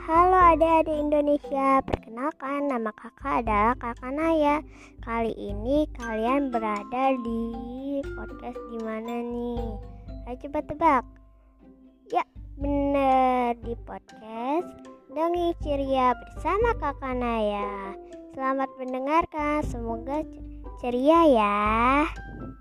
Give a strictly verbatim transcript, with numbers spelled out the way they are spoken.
Halo adik-adik Indonesia, perkenalkan nama kakak adalah Kakak Naya. Kali ini kalian berada di podcast di mana nih? Ayo coba tebak. Ya, bener, di podcast Dongeng Ceria bersama Kakak Naya. Selamat mendengarkan, semoga ceria ya.